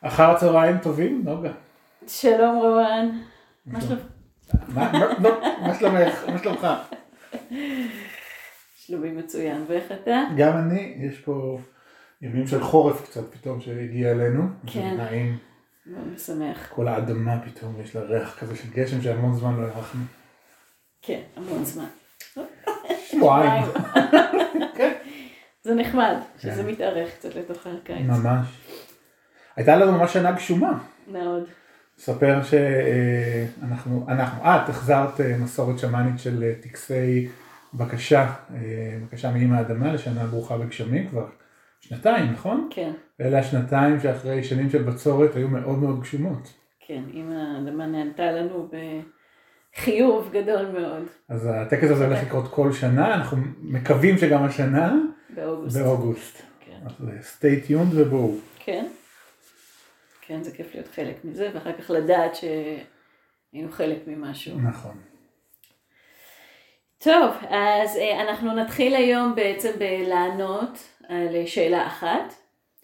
אחר הצהריים טובים, נוגה. שלום רואן. מה שלומך? מה שלומך? מה שלומך? שלומי מצוין, ואיך אתה? גם אני, יש פה ימים של חורף קצת פתאום שהגיע אלינו. כן. נעים. מאוד משמח. כל האדמה פתאום יש לה ריח כזה של גשם שהמון זמן לא הרחנו. כן, המון זמן. שבועיים. כן. זה נחמד, שזה מתארך קצת לתוך הקיץ. ממש. הייתה לנו ממש שנה גשומה. מאוד. ספר את החזרת מסורת שמאנית של טקסי בקשה מאמא האדמה לשנה ברוכה בגשמים כבר שנתיים, נכון? כן. ואלה השנתיים שאחרי שנים של בצורת היו מאוד מאוד גשומות. כן, אמא האדמה נענתה לנו בחיוב גדול מאוד. אז הטקס הזה הולך לקרות כל שנה, אנחנו מקווים שגם השנה באוגוסט. כן. אז stay tuned ובואו. כן. כן, זה כיף להיות חלק מזה, ואחר כך לדעת שהיינו חלק ממשהו. נכון. טוב, אז אנחנו נתחיל היום בעצם בלענות על שאלה אחת,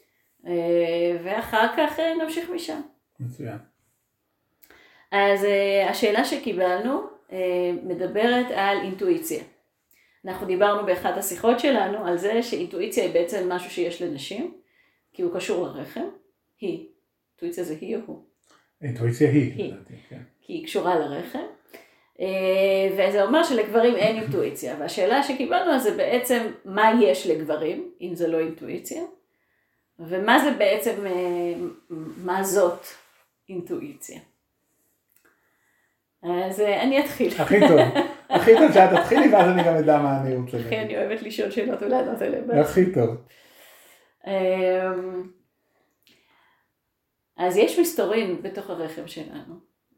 ואחר כך נמשיך משם. מצוין. אז השאלה שקיבלנו מדברת על אינטואיציה. אנחנו דיברנו באחת השיחות שלנו על זה שאינטואיציה היא בעצם משהו שיש לנשים, כי הוא קשור לרחם, היא. אינטואיציה זה היא או הוא? אינטואיציה היא. כן. כי היא קשורה לרחם. וזה אומר שלגברים אין אינטואיציה. והשאלה שקיבלנו זה בעצם מה יש לגברים, אם זה לא אינטואיציה, ומה זה בעצם, מה זאת אינטואיציה. אז אני אתחיל. הכי טוב שאת תתחילי, ואז אני גם אדע מה אני רוצה. הכי אני אוהבת לשאול שאלות ולענות עליהן. הכי טוב. אז יש מסתורין בתוך הרחם שלנו,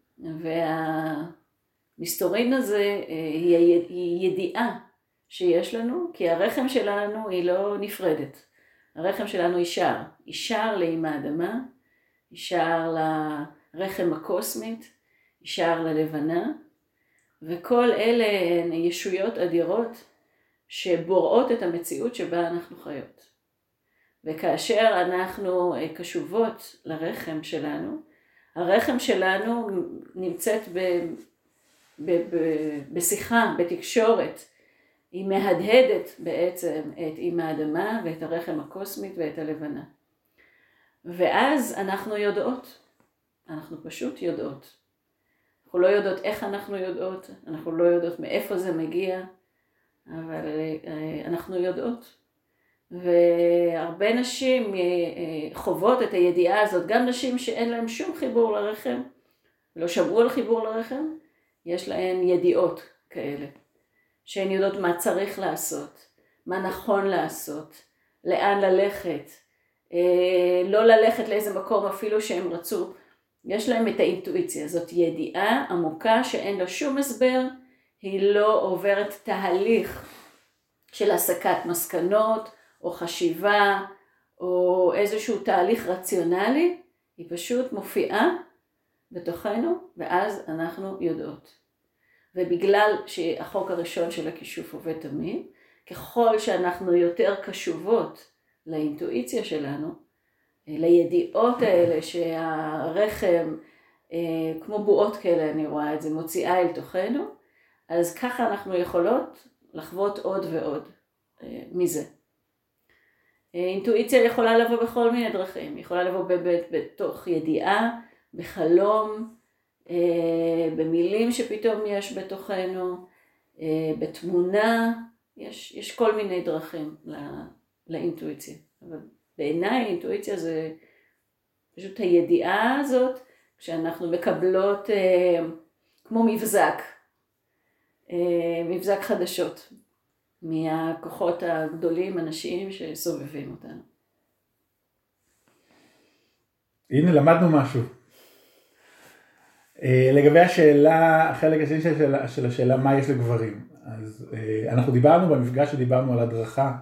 והמסתורין הזה היא ידיעה שיש לנו, כי הרחם שלנו היא לא נפרדת. הרחם שלנו היא שער. היא שער לאמא האדמה, היא שער לרחם הקוסמית, היא שער ללבנה, וכל אלה הן ישויות אדירות שבוראות את המציאות שבה אנחנו חיות. וכאשר אנחנו קשובות לרחם שלנו, הרחם שלנו נמצאת בשיחה, בתקשורת. היא מהדהדת בעצם את אמא האדמה ואת הרחם הקוסמית ואת הלבנה. ואז אנחנו יודעות, אנחנו פשוט יודעות. אנחנו לא יודעות איך אנחנו יודעות, אנחנו לא יודעות מאיפה זה מגיע, אבל אנחנו יודעות. והרבה נשים חוות את הידיעה הזאת, גם נשים שאין להן שום חיבור לרחם, לא שמעו על חיבור לרחם, יש להן ידיעות כאלה, שהן יודעות מה צריך לעשות, מה נכון לעשות, לאן ללכת, לא ללכת לאיזה מקום אפילו שהם רצו, יש להם את האינטואיציה, זאת ידיעה עמוקה שאין לה שום הסבר, היא לא עוברת תהליך של הסקת מסקנות, או חשיבה, או איזשהו תהליך רציונלי, היא פשוט מופיעה בתוכנו, ואז אנחנו יודעות. ובגלל שהחוק הראשון של הכישוף עובד תמיד, ככל שאנחנו יותר קשובות לאינטואיציה שלנו, לידיעות האלה שהרחם, כמו בועות כאלה אני רואה את זה, מוציאה אל תוכנו, אז ככה אנחנו יכולות לחוות עוד ועוד מזה. אינטואיציה יכולה לבוא בכל מיני דרכים, יכולה לבוא בתוך ידיעה, בחלום, במילים שפתאום יש בתוכנו, בתמונה, יש כל מיני דרכים לאינטואיציה. אבל בעיניי אינטואיציה זה פשוט הידיעה הזאת, כשאנחנו מקבלות כמו מבזק חדשות. מהכוחות הגדולים, אנשים שסובבים אותנו. הנה, למדנו משהו. לגבי השאלה, החלק השני של השאלה, מה יש לגברים? אז אנחנו דיברנו במפגש שדיברנו על הדרכה,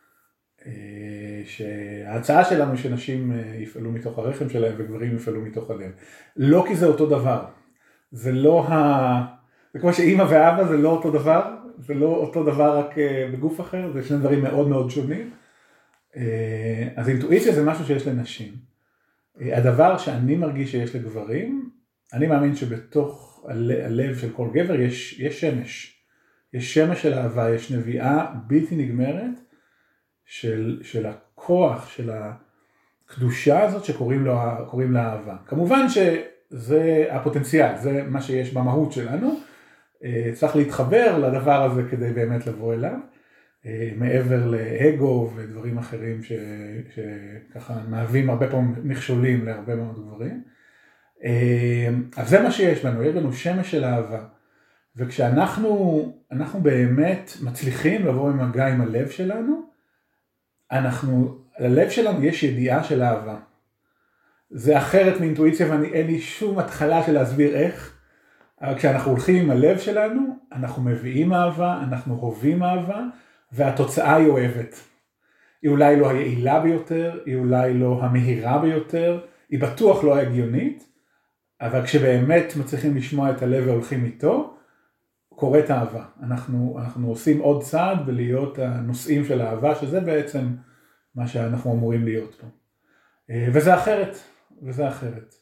שההצעה שלנו שנשים יפעלו מתוך הרחם שלהם וגברים יפעלו מתוך הלב. לא כי זה אותו דבר. זה כמו שאמא ואבא זה לא אותו דבר. זה לא אותו דבר רק בגוף אחר, זה שני דברים מאוד מאוד שונים. אז אינטואיציה זה משהו שיש לנשים. הדבר שאני מרגיש שיש לגברים, אני מאמין שבתוך הלב של כל גבר יש שמש. יש שמש של אהבה, יש נביאה בלתי נגמרת של הכוח, של הקדושה הזאת שקוראים לה אהבה. כמובן שזה הפוטנציאל, זה מה שיש במהות שלנו. צריך להתחבר לדבר הזה כדי באמת לבוא אליו. מעבר לאגו ודברים אחרים שככה מהווים הרבה פעמים מכשולים להרבה מאוד דברים. אז זה מה שיש לנו, יש לנו שמש של אהבה. וכשאנחנו באמת מצליחים לבוא במגע עם הלב שלנו, ללב שלנו יש ידיעה של אהבה. זה אחרת מאינטואיציה ואין לי שום התחלה של להסביר איך. אבל כשאנחנו הולכים עם הלב שלנו, אנחנו מביאים אהבה, אנחנו הובים אהבה, והתוצאה היא אוהבת. היא אולי לא היעילה ביותר, היא אולי לא המהירה ביותר, היא בטוח לא הגיונית, אבל כשבאמת מצליחים לשמוע את הלב והולכים איתו, קורית אהבה. אנחנו עושים עוד צעד ולהיות הנושאים של האהבה, שזה בעצם מה שאנחנו אמורים להיות פה. וזה אחרת.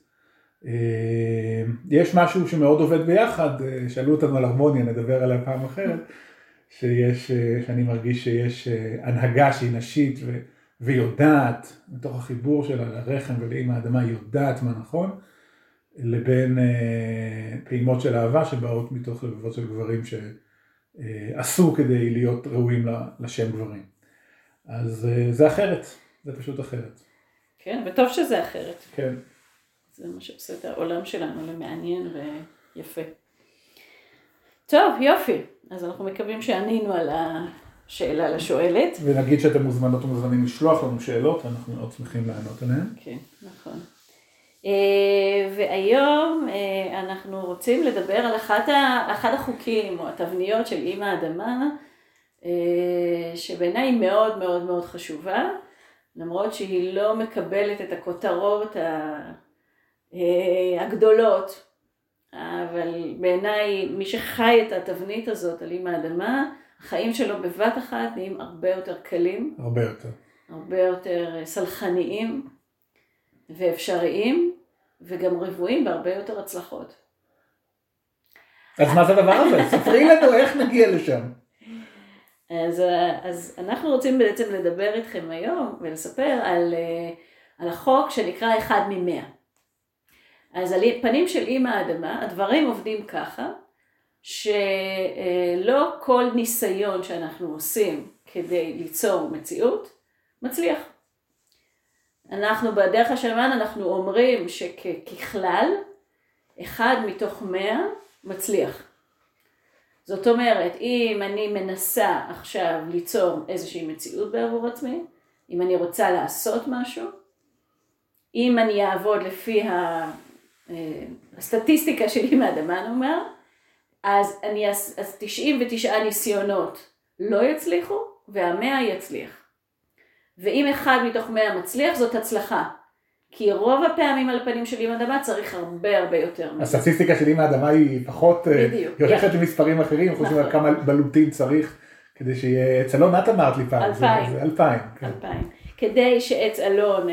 יש משהו שמאוד עובד ביחד, שאלו אותנו על הרמוניה, נדבר עליה פעם אחרת, שאני מרגיש שיש הנהגה שהיא נשית ויודעת, מתוך החיבור שלה לרחם ולאמא האדמה, יודעת מה נכון, לבין פעימות של אהבה שבאות מתוך לבבות של גברים שעשו כדי להיות ראויים לשם גברים. אז זה אחרת, זה פשוט אחרת. כן, וטוב שזה אחרת. כן. זה מה שעושה את העולם שלנו למעניין ויפה. טוב, יופי. אז אנחנו מקווים שענינו על השאלה לשואלת. ונגיד שאתם מוזמנות ומוזמנים לשלוח לנו שאלות, אנחנו מאוד שמחים לענות עליהן. כן, נכון. והיום אנחנו רוצים לדבר על אחד החוקים או התבניות של אמא האדמה, שבעיניי היא מאוד מאוד מאוד חשובה, למרות שהיא לא מקבלת את הכותרות הגדולות, אבל בעיניי מי שחי את התבנית הזאת על אמא האדמה, החיים שלו בבת אחת נהיים הרבה יותר קלים. הרבה יותר סלחניים ואפשריים, וגם רבועים בהרבה יותר הצלחות. אז מה זה הדבר הזה? ספרי לנו איך נגיע לשם. אז אנחנו רוצים בעצם לדבר איתכם היום ולספר על החוק שנקרא 1 מ-100. אז על פנים של אמא האדמה, הדברים עובדים ככה, שלא כל ניסיון שאנחנו עושים כדי ליצור מציאות, מצליח. אנחנו בדרך השמן אנחנו אומרים שככלל, 1 מתוך 100 מצליח. זאת אומרת, אם אני מנסה עכשיו ליצור איזושהי מציאות בעבור עצמי, אם אני רוצה לעשות משהו, אם אני אעבוד לפי הסטטיסטיקה של אמא האדמה נאמר, אז 99 ניסיונות לא יצליחו, וה100 יצליח. ואם 1 מתוך 100 מצליח, זאת הצלחה. כי רוב הפעמים על הפנים של אמא האדמה צריך הרבה הרבה יותר. הסטטיסטיקה של אמא האדמה היא פחות, היא הולכת למספרים אחרים, חושבים על כמה בלוטים צריך, כדי שיהיה, עץ אלון את אמרת לי פעם, 2,000. 2,000. כדי שעץ אלון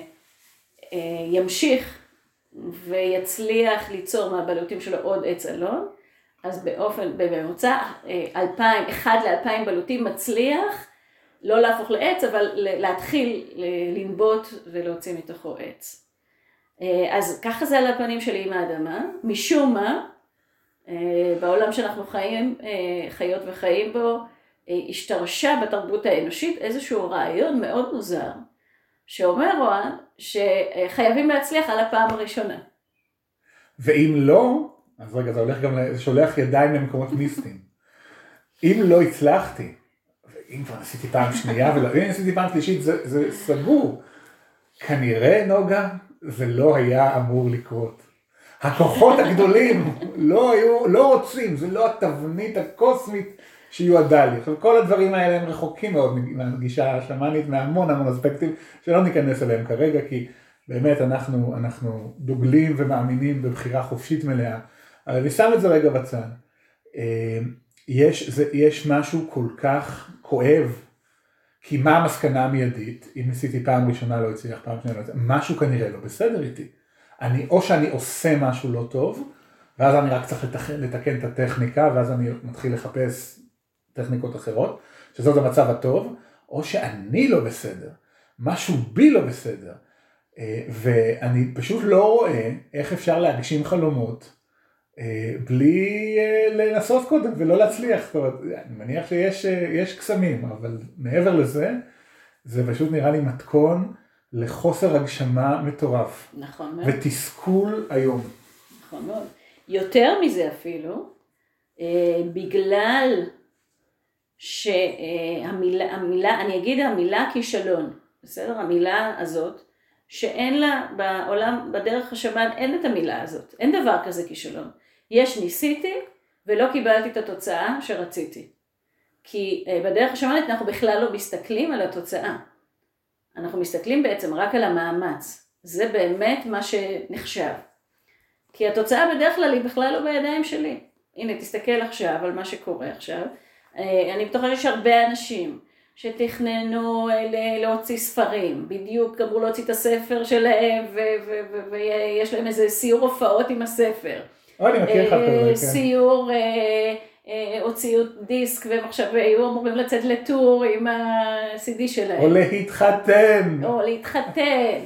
ימשיך ויצליח ליצור מהבלוטים שלו עוד עץ אלון, אז בממוצע 1 ל-2,000 בלוטים מצליח, לא להפוך לעץ, אבל להתחיל לנבוט ולהוציא מתוכו עץ. אז ככה זה על הפנים של אמא האדמה. משום מה, בעולם שאנחנו חיות וחיים בו, השתרשה בתרבות האנושית איזשהו רעיון מאוד מוזר, שאומר רוען שחייבים להצליח על הפעם הראשונה. ואם לא, אז רגע, זה הולך גם, שולח ידיים למקומות מיסטיים. אם לא הצלחתי, אם כבר עשיתי פעם שנייה, ואם עשיתי פעם שלישית, זה סגור. כנראה, נוגה, זה לא היה אמור לקרות. הכוחות הגדולים לא רוצים, זה לא התבנית הקוסמית שיועדה לי. עכשיו, כל הדברים האלה הם רחוקים מאוד מהגישה השמאנית, מהמון אספקטים, שלא ניכנס אליהם כרגע, כי באמת אנחנו דוגלים ומאמינים בבחירה חופשית מלאה. אבל אני שם את זה רגע בצד. יש משהו כל כך כואב כי מה המסקנה המיידית? אם ניסיתי פעם ראשונה לא הצליח, פעם שנייה לא הצליח, משהו כנראה לא בסדר איתי. או שאני עושה משהו לא טוב, ואז אני רק צריך לתקן את הטכניקה, ואז אני מתחיל לחפש טכניקות אחרות, שזאת המצב הטוב, או שאני לא בסדר, משהו בי לא בסדר, ואני פשוט לא רואה איך אפשר להגשים חלומות, בלי לנסות קודם ולא להצליח. זאת אומרת, אני מניח שיש קסמים, אבל מעבר לזה, זה פשוט נראה לי מתכון לחוסר הגשמה מטורף. נכון מאוד. ותסכול היום. נכון מאוד. יותר מזה אפילו, בגלל שהמילה, אני אגיד המילה כישלון, בסדר? המילה הזאת, שאין לה בעולם, בדרך השמיים, אין את המילה הזאת. אין דבר כזה כישלון. יש ניסיתי ולא קיבלתי את התוצאה שרציתי. כי בדרך השמיים אנחנו בכלל לא מסתכלים על התוצאה. אנחנו מסתכלים בעצם רק על המאמץ. זה באמת מה שנחשב. כי התוצאה בדרך כלל היא בכלל לא בידיים שלי. הנה, תסתכל עכשיו על מה שקורה עכשיו. אני בטוחה שיש הרבה אנשים שתכננו להוציא ספרים, בדיוק אמרו להוציא את הספר שלהם, ויש להם איזה סיור הופעות עם הספר. אני מכיר לך כזה, כן. סיור, הוציאו דיסק, והם עכשיו היו אמורים לצאת לטור עם ה-CD שלהם. או להתחתן. או להתחתן.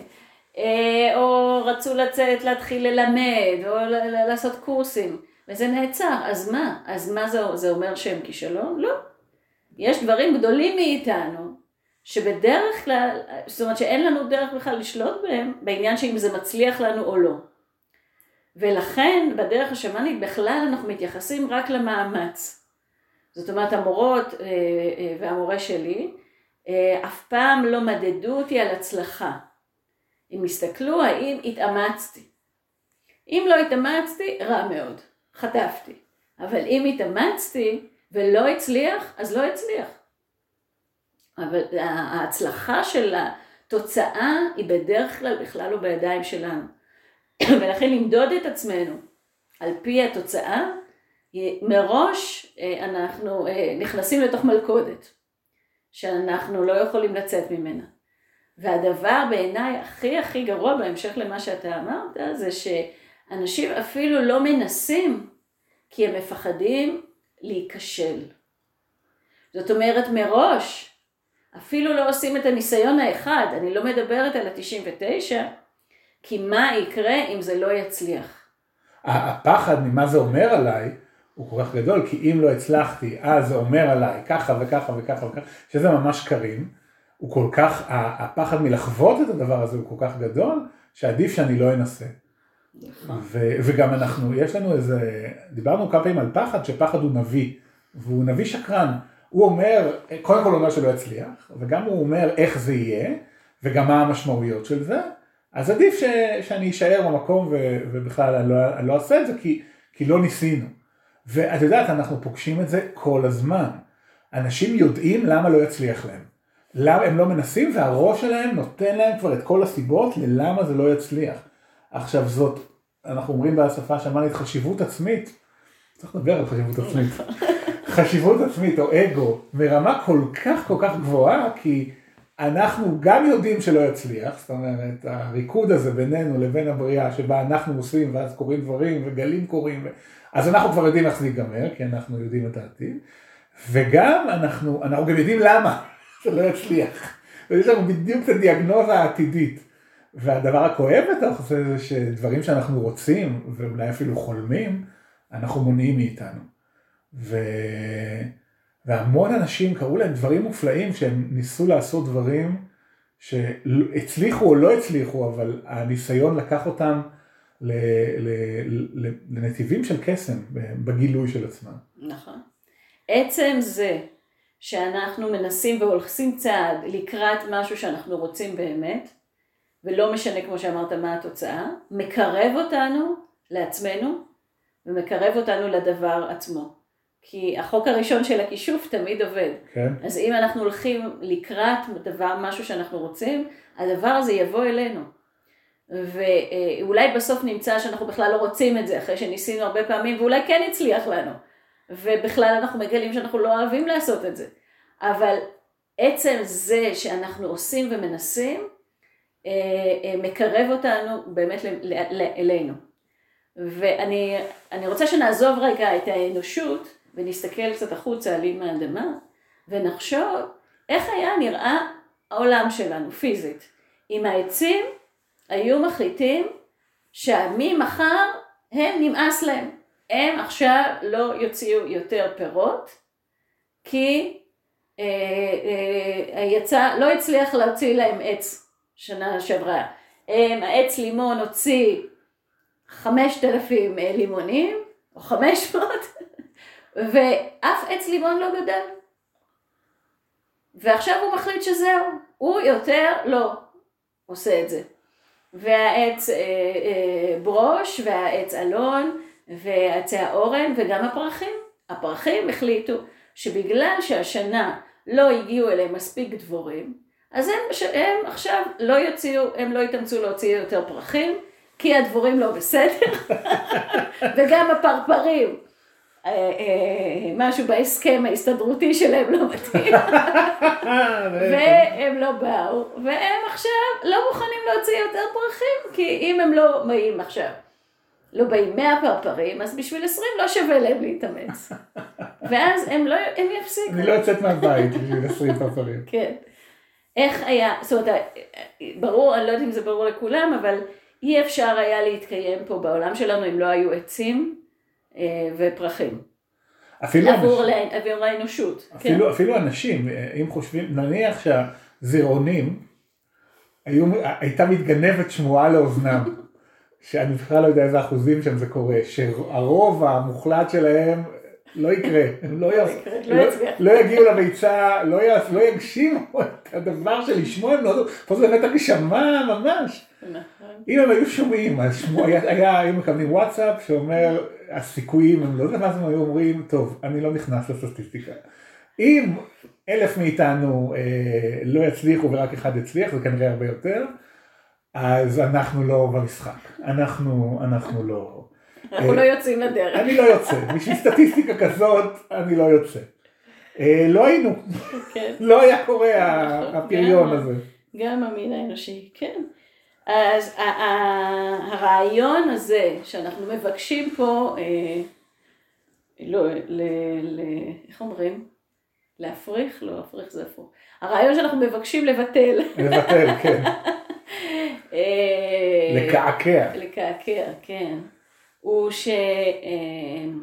או רצו לצאת, להתחיל ללמד, או לעשות קורסים. וזה נעצר. אז מה? אז מה זה אומר שהם כישלון? לא. יש דברים גדולים מאיתנו, שבדרך כלל, זאת אומרת שאין לנו דרך בכלל לשלוט בהם, בעניין שאם זה מצליח לנו או לא. ולכן בדרך השמאנית בכלל אנחנו מתייחסים רק למאמץ. זאת אומרת המורות והמורה שלי, אף פעם לא מדדו אותי על הצלחה. הם הסתכלו האם התאמצתי. אם לא התאמצתי, רע מאוד, חטפתי. אבל אם התאמצתי ולא הצליח, אז לא הצליח. אבל ההצלחה של התוצאה היא בדרך כלל בכלל לא בידיים שלנו. ולכן למדוד את עצמנו על פי התוצאה, מראש אנחנו נכנסים לתוך מלכודת, שאנחנו לא יכולים לצאת ממנה. והדבר בעיניי הכי גרוע בהמשך למה שאתה אמרת, זה שאנשים אפילו לא מנסים, כי הם מפחדים להיכשל. זאת אומרת מראש, אפילו לא עושים את הניסיון האחד, אני לא מדברת על ה-99, כי מה יקרה אם זה לא יצליח? הפחד ממה זה אומר עליי, הוא כל כך גדול, כי אם לא הצלחתי, אז זה אומר עליי ככה וככה וככה וככה, שזה ממש קרים, הוא כל כך, הפחד מלחוות את הדבר הזה הוא כל כך גדול, שעדיף שאני לא אנסה. וגם יש לנו איזה, דיברנו כמה פעמים על פחד, שפחד הוא נביא, והוא נביא שקרן. הוא אומר, קודם כל הוא אומר שלא יצליח, וגם הוא אומר איך זה יהיה, וגם מה המשמעויות של זה, אז עדיף שאני אשאר במקום, ובכלל אני לא אעשה את זה, כי לא ניסינו. ואת יודעת, אנחנו פוגשים את זה כל הזמן. אנשים יודעים למה לא יצליח להם. למה הם לא מנסים, והראש שלהם נותן להם כבר את כל הסיבות ללמה זה לא יצליח. עכשיו זאת, אנחנו אומרים בשפה השמאנית חשיבות עצמית, צריך לדבר על חשיבות עצמית, חשיבות עצמית או אגו, מרמה כל כך גבוהה, כי אנחנו גם יודעים שלא יצליח, זאת אומרת, הריקוד הזה בינינו לבין הבריאה, שבה אנחנו עושים ואז קוראים דברים וגלים קוראים, אז אנחנו כבר יודעים איך זה ייגמר, כי אנחנו יודעים את העתיד, וגם אנחנו גם יודעים למה זה לא יצליח, ויש לנו בדיוק את הדיאגנוזה העתידית, והדבר הכואב בתוך זה שדברים שאנחנו רוצים, ואולי אפילו חולמים, אנחנו מונעים מאיתנו. והמון אנשים קראו להם דברים מופלאים, שהם ניסו לעשות דברים שהצליחו או לא הצליחו, אבל הניסיון לקח אותם לנתיבים של קסם, בגילוי של עצמם. נכון. עצם זה שאנחנו מנסים והולכים צעד לקראת משהו שאנחנו רוצים באמת, ולא משנה כמו שאמרת מה התוצאה, מקרב אותנו לעצמנו, ומקרב אותנו לדבר עצמו. כי החוק הראשון של הכישוף תמיד עובד. כן. אז אם אנחנו הולכים לקראת משהו שאנחנו רוצים, הדבר הזה יבוא אלינו. ואולי בסוף נמצא שאנחנו בכלל לא רוצים את זה, אחרי שניסינו הרבה פעמים, ואולי כן הצליח לנו. ובכלל אנחנו מגלים שאנחנו לא אוהבים לעשות את זה. אבל עצם זה שאנחנו עושים ומנסים, מקרב אותנו באמת אלינו. ואני רוצה שנעזוב רגע את האנושות, ונסתכל קצת החוצה על אימא האדמה, ונחשוב איך היה נראה העולם שלנו פיזית. אם העצים היו מחליטים שממחר הם נמאס להם. הם עכשיו לא יוציאו יותר פירות, כי לא הצליח להוציא להם עץ שנה שעברה. העץ לימון הוציא 5,000 לימונים, או 500, ואף עץ לימון לא גדל. ועכשיו הוא מחליט שזהו, הוא יותר לא עושה את זה. והעץ ברוש, והעץ אלון, ועצי האורן, וגם הפרחים החליטו שבגלל שהשנה לא הגיעו אליהם מספיק דבורים, אז הם עכשיו הם לא יתאמצו להוציא יותר פרחים, כי הדבורים לא בסדר, וגם הפרפרים, משהו בהסכם ההסתדרותי שלהם לא מתאים, והם לא באו, והם עכשיו לא מוכנים להוציא יותר פרחים, כי אם הם לא באים עכשיו, לא באים 100 פרפרים, אז בשביל 20 לא שווה להם להתאמץ. ואז הם יפסיקו. אני לא יוצאת מהבית בשביל 20 פרפרים. כן. איך היה, זאת אומרת, ברור, אני לא יודעת אם זה ברור לכולם, אבל אי אפשר היה להתקיים פה בעולם שלנו אם לא היו עצים ופרחים. עבור האנושות. אפילו אנשים, אם חושבים, נניח שהזירעונים, הייתה מתגנבת שמועה לאוזנם, שאני בכלל לא יודע איזה אחוזים שם זה קורה, שהרוב המוחלט שלהם לא יקרה, הם לא יגיעו לביצה, לא יגשימו את הדבר של לשמוע, פה זה באמת הגשמה ממש. אם הם היו שומעים, היו מקבלים וואטסאפ שאומר, הסיכויים הם לא יודע מה הם היו אומרים, טוב, אני לא נכנס לסטטיסטיקה. אם 1,000 מאיתנו לא יצליחו ורק אחד יצליח, זה כנראה הרבה יותר, אז אנחנו לא במשחק, אנחנו לא. אנחנו לא יוצאים לדרך. אני לא יוצא, בשביל סטטיסטיקה כזאת אני לא יוצא. לא היינו, לא היה קורה הפריון הזה. גם המין האנושי, כן. אז הרעיון הזה שאנחנו מבקשים פה, איך אומרים? להפריך? לא, להפריך זה הפוך. הרעיון שאנחנו מבקשים לבטל. לבטל, כן. לקעקע. לקעקע, כן. הוא שאין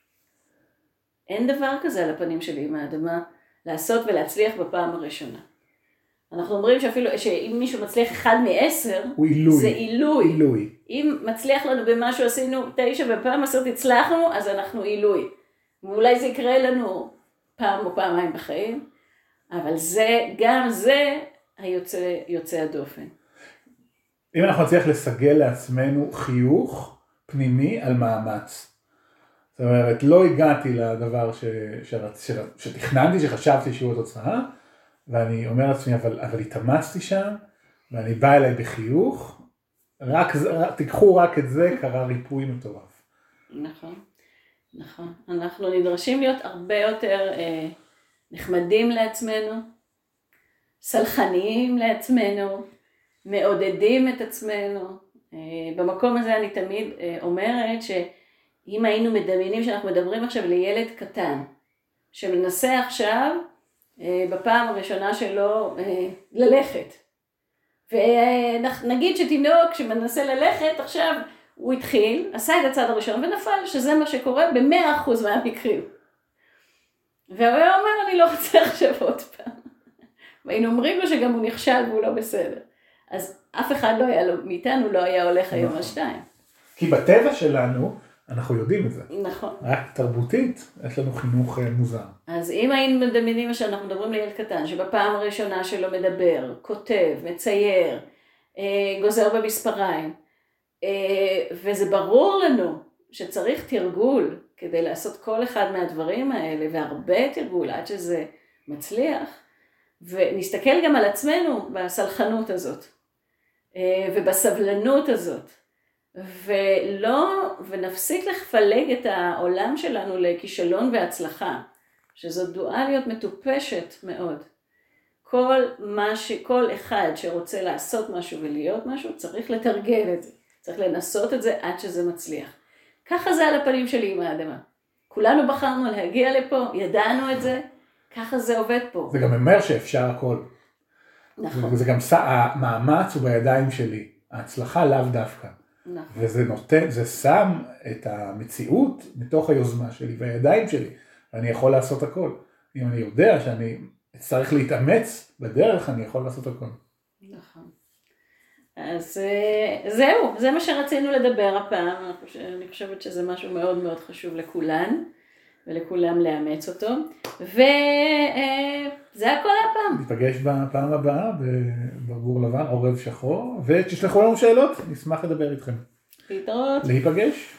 דבר כזה על הפנים שלי עם האדמה, לעשות ולהצליח בפעם הראשונה. אנחנו אומרים שאפילו, שאם מישהו מצליח 1 מ-10, זה עילוי. אם מצליח לנו במשהו עשינו 9 ובפעם 10 הצלחנו, אז אנחנו עילוי. ואולי זה יקרה לנו פעם או פעמיים בחיים, אבל גם זה יוצא הדופן. אם אנחנו נצליח לסגל לעצמנו חיוך פנימי על מאמץ. זאת אומרת, לא הגעתי לדבר שתכננתי, שחשבתי שהוא התוצאה, ואני אומר לעצמי, אבל התאמצתי שם, ואני בא אליי בחיוך, תיקחו רק את זה, קרה ריפוי מטורף. נכון. אנחנו נדרשים להיות הרבה יותר נחמדים לעצמנו, סלחניים לעצמנו, מעודדים את עצמנו. במקום הזה אני תמיד אומרת שאם היינו מדמיינים שאנחנו מדברים עכשיו לילד קטן, שמנסה עכשיו בפעם הראשונה שלו ללכת. ונגיד שתינוק שמנסה ללכת, עכשיו הוא התחיל, עשה את הצד הראשון ונפל, שזה מה שקורה ב100% מהמקרים. והוא אומר, אני לא רוצה עכשיו עוד פעם. והיינו אומרים לו שגם הוא נכשל והוא לא בסדר. אז אף אחד לא היה לו, מאיתנו לא היה הולך היום על 2. כי בטבע שלנו, אנחנו יודעים את זה. נכון. רק תרבותית, יש לנו חינוך מוזר. אז אם היינו מדמיינים שאנחנו מדברים לילד קטן, שבפעם הראשונה שלו מדבר, כותב, מצייר, גוזר במספריים, וזה ברור לנו שצריך תרגול כדי לעשות כל אחד מהדברים האלה, והרבה תרגול עד שזה מצליח, ונסתכל גם על עצמנו בסלחנות הזאת, ובסבלנות הזאת, ונפסיק לפלג את העולם שלנו לכישלון והצלחה, שזו דואליות מטופשת מאוד. כל אחד שרוצה לעשות משהו ולהיות משהו, צריך לתרגל את זה. צריך לנסות את זה עד שזה מצליח. ככה זה על הפנים שלי עם האדמה. כולנו בחרנו להגיע לפה, ידענו את זה, ככה זה עובד פה. זה גם אומר שאפשר הכל. נכון. זה גם המאמץ הוא בידיים שלי, ההצלחה לאו דווקא. נכון. וזה נותן, זה שם את המציאות מתוך היוזמה שלי והידיים שלי, ואני יכול לעשות הכל. אם אני יודע שאני צריך להתאמץ בדרך, אני יכול לעשות הכל. נכון. אז זהו, זה מה שרצינו לדבר הפעם, אני חושבת שזה משהו מאוד מאוד חשוב לכולן, ולכולם לאמץ אותו, וזה הכל הפעם. ניפגש בפעם הבאה בברבור לבן, עורב שחור, ותשלחו לנו שאלות, נשמח לדבר איתכם. להתראות. להיפגש.